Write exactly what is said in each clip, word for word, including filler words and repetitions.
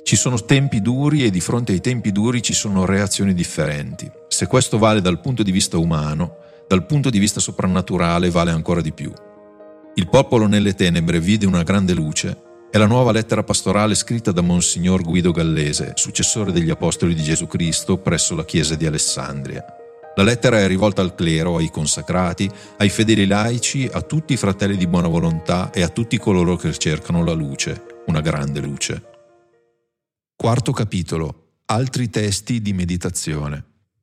Ci sono tempi duri e di fronte ai tempi duri ci sono reazioni differenti. Se questo vale dal punto di vista umano, dal punto di vista soprannaturale vale ancora di più. Il popolo nelle tenebre vide una grande luce. È la nuova lettera pastorale scritta da Monsignor Guido Gallese, successore degli Apostoli di Gesù Cristo presso la Chiesa di Alessandria. La lettera è rivolta al clero, ai consacrati, ai fedeli laici, a tutti i fratelli di buona volontà e a tutti coloro che cercano la luce, una grande luce. Quarto capitolo. Altri testi di meditazione.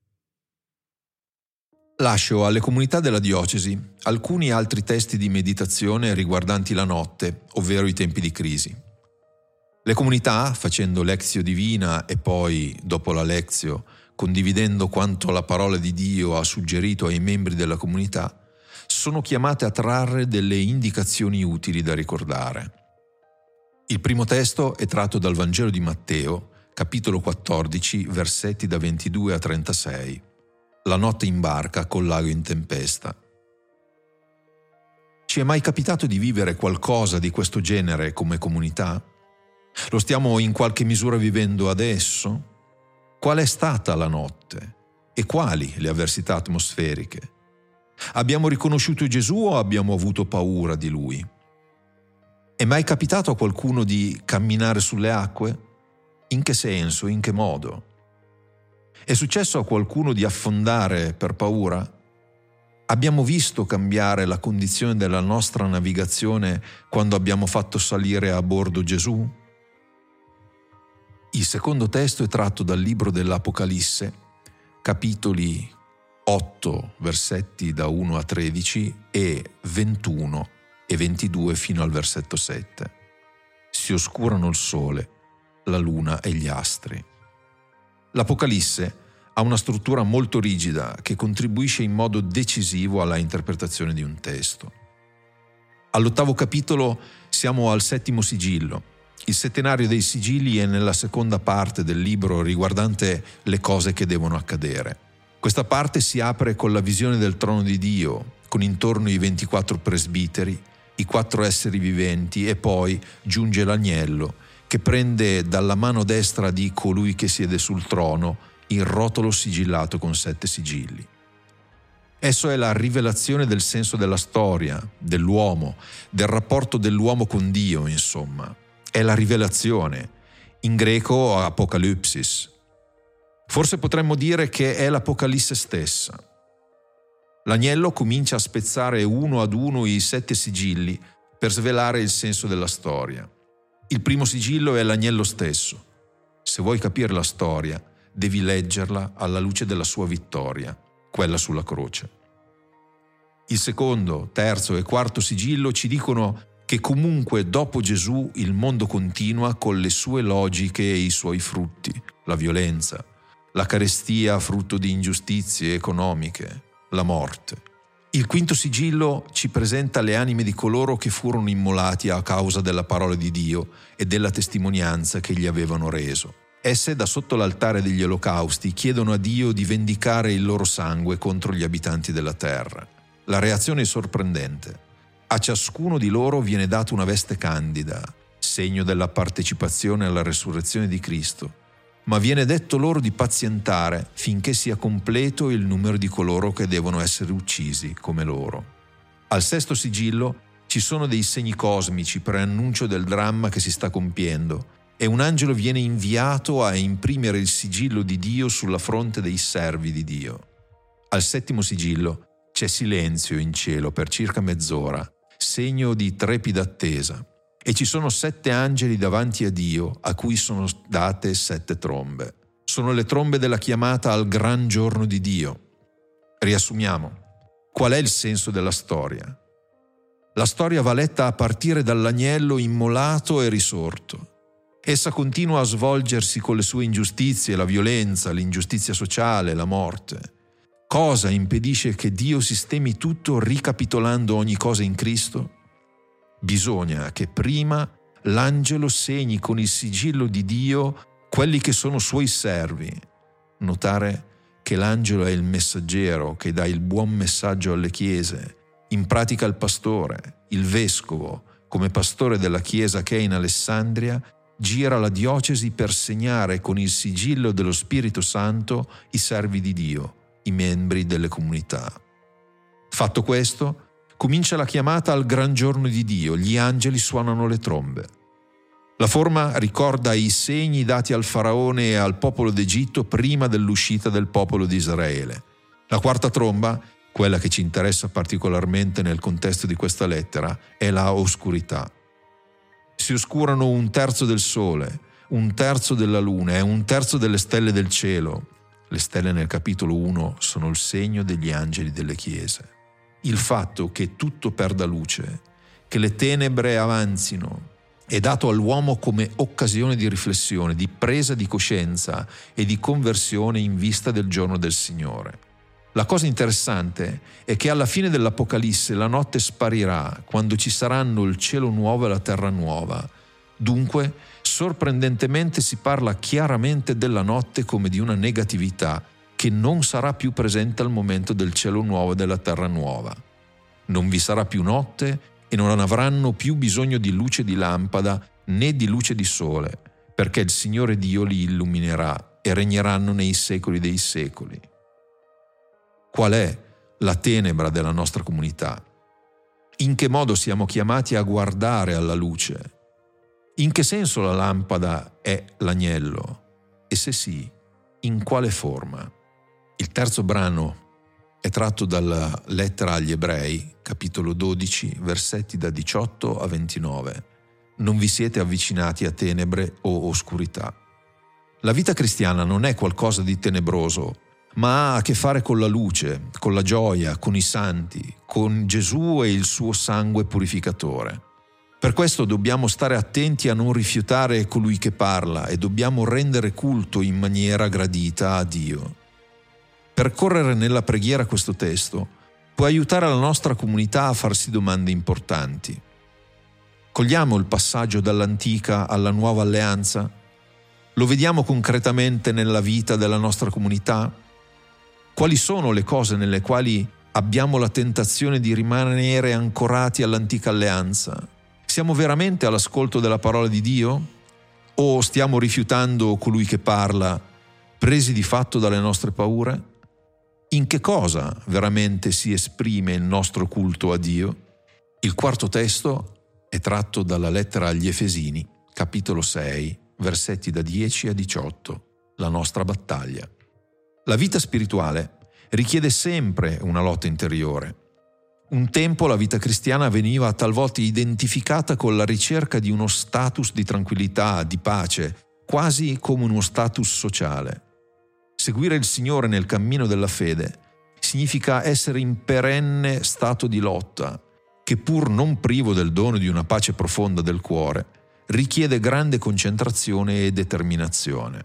Lascio alle comunità della diocesi alcuni altri testi di meditazione riguardanti la notte, ovvero i tempi di crisi. Le comunità, facendo lexio divina e poi, dopo la lexio, condividendo quanto la parola di Dio ha suggerito ai membri della comunità, sono chiamate a trarre delle indicazioni utili da ricordare. Il primo testo è tratto dal Vangelo di Matteo, capitolo quattordici, versetti da ventidue a trentasei. La notte in barca col lago in tempesta. Ci è mai capitato di vivere qualcosa di questo genere come comunità? Lo stiamo in qualche misura vivendo adesso? Qual è stata la notte? E quali le avversità atmosferiche? Abbiamo riconosciuto Gesù o abbiamo avuto paura di Lui? È mai capitato a qualcuno di camminare sulle acque? In che senso? In che modo? È successo a qualcuno di affondare per paura? Abbiamo visto cambiare la condizione della nostra navigazione quando abbiamo fatto salire a bordo Gesù? Il secondo testo è tratto dal libro dell'Apocalisse, capitoli otto, versetti da uno a tredici e ventuno e ventidue fino al versetto sette. Si oscurano il sole, la luna e gli astri. L'Apocalisse ha una struttura molto rigida che contribuisce in modo decisivo alla interpretazione di un testo. All'ottavo capitolo siamo al settimo sigillo. Il settenario dei sigilli è nella seconda parte del libro riguardante le cose che devono accadere. Questa parte si apre con la visione del trono di Dio, con intorno i ventiquattro presbiteri, i quattro esseri viventi e poi giunge l'agnello che prende dalla mano destra di colui che siede sul trono il rotolo sigillato con sette sigilli. Esso è la rivelazione del senso della storia, dell'uomo, del rapporto dell'uomo con Dio, insomma. È la rivelazione, in greco apocalypsis. Forse potremmo dire che è l'Apocalisse stessa. L'agnello comincia a spezzare uno ad uno i sette sigilli per svelare il senso della storia. Il primo sigillo è l'agnello stesso. Se vuoi capire la storia, devi leggerla alla luce della sua vittoria, quella sulla croce. Il secondo, terzo e quarto sigillo ci dicono che comunque dopo Gesù il mondo continua con le sue logiche e i suoi frutti, la violenza, la carestia frutto di ingiustizie economiche, la morte. Il quinto sigillo ci presenta le anime di coloro che furono immolati a causa della parola di Dio e della testimonianza che gli avevano reso. Esse, da sotto l'altare degli olocausti, chiedono a Dio di vendicare il loro sangue contro gli abitanti della terra. La reazione è sorprendente. A ciascuno di loro viene data una veste candida, segno della partecipazione alla resurrezione di Cristo, ma viene detto loro di pazientare finché sia completo il numero di coloro che devono essere uccisi come loro. Al sesto sigillo ci sono dei segni cosmici preannuncio del dramma che si sta compiendo e un angelo viene inviato a imprimere il sigillo di Dio sulla fronte dei servi di Dio. Al settimo sigillo c'è silenzio in cielo per circa mezz'ora, segno di trepida attesa. E ci sono sette angeli davanti a Dio a cui sono date sette trombe. Sono le trombe della chiamata al gran giorno di Dio. Riassumiamo. Qual è il senso della storia? La storia va letta a partire dall'agnello immolato e risorto. Essa continua a svolgersi con le sue ingiustizie, la violenza, l'ingiustizia sociale, la morte. Cosa impedisce che Dio sistemi tutto ricapitolando ogni cosa in Cristo? Bisogna che prima l'angelo segni con il sigillo di Dio quelli che sono suoi servi. Notare che l'angelo è il messaggero che dà il buon messaggio alle chiese, in pratica il pastore, il vescovo, come pastore della chiesa che è in Alessandria, gira la diocesi per segnare con il sigillo dello Spirito Santo i servi di Dio, i membri delle comunità. Fatto questo, comincia la chiamata al gran giorno di Dio, gli angeli suonano le trombe. La forma ricorda i segni dati al faraone e al popolo d'Egitto prima dell'uscita del popolo di Israele. La quarta tromba, quella che ci interessa particolarmente nel contesto di questa lettera, è la oscurità. Si oscurano un terzo del sole, un terzo della luna e un terzo delle stelle del cielo. Le stelle nel capitolo uno sono il segno degli angeli delle chiese. Il fatto che tutto perda luce, che le tenebre avanzino, è dato all'uomo come occasione di riflessione, di presa di coscienza e di conversione in vista del giorno del Signore. La cosa interessante è che alla fine dell'Apocalisse la notte sparirà quando ci saranno il cielo nuovo e la terra nuova. Dunque, sorprendentemente si parla chiaramente della notte come di una negatività che non sarà più presente al momento del cielo nuovo e della terra nuova. Non vi sarà più notte e non avranno più bisogno di luce di lampada né di luce di sole, perché il Signore Dio li illuminerà e regneranno nei secoli dei secoli. Qual è la tenebra della nostra comunità? In che modo siamo chiamati a guardare alla luce? In che senso la lampada è l'agnello? E se sì, in quale forma? Il terzo brano è tratto dalla lettera agli Ebrei, capitolo dodici, versetti da diciotto a ventinove. Non vi siete avvicinati a tenebre o oscurità. La vita cristiana non è qualcosa di tenebroso, ma ha a che fare con la luce, con la gioia, con i santi, con Gesù e il suo sangue purificatore. Per questo dobbiamo stare attenti a non rifiutare colui che parla e dobbiamo rendere culto in maniera gradita a Dio. Percorrere nella preghiera questo testo può aiutare la nostra comunità a farsi domande importanti. Cogliamo il passaggio dall'antica alla nuova alleanza? Lo vediamo concretamente nella vita della nostra comunità? Quali sono le cose nelle quali abbiamo la tentazione di rimanere ancorati all'antica alleanza? Siamo veramente all'ascolto della parola di Dio? O stiamo rifiutando colui che parla, presi di fatto dalle nostre paure? In che cosa veramente si esprime il nostro culto a Dio? Il quarto testo è tratto dalla lettera agli Efesini, capitolo sei, versetti da dieci a diciotto, la nostra battaglia. La vita spirituale richiede sempre una lotta interiore. Un tempo la vita cristiana veniva talvolta identificata con la ricerca di uno status di tranquillità, di pace, quasi come uno status sociale. Seguire il Signore nel cammino della fede significa essere in perenne stato di lotta, che pur non privo del dono di una pace profonda del cuore, richiede grande concentrazione e determinazione.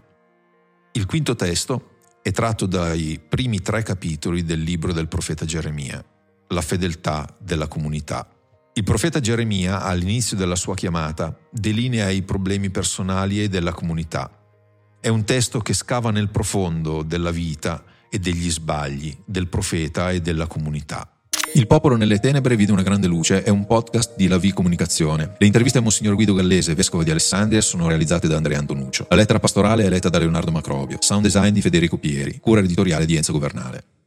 Il quinto testo è tratto dai primi tre capitoli del libro del profeta Geremia, la fedeltà della comunità. Il profeta Geremia, all'inizio della sua chiamata, delinea i problemi personali e della comunità. È un testo che scava nel profondo della vita e degli sbagli del profeta e della comunità. Il popolo nelle tenebre vide una grande luce è un podcast di La V Comunicazione. Le interviste a Monsignor Guido Gallese, vescovo di Alessandria, sono realizzate da Andrea Antonuccio. La lettera pastorale è letta da Leonardo Macrobio. Sound design di Federico Pieri. Cura editoriale di Enzo Governale.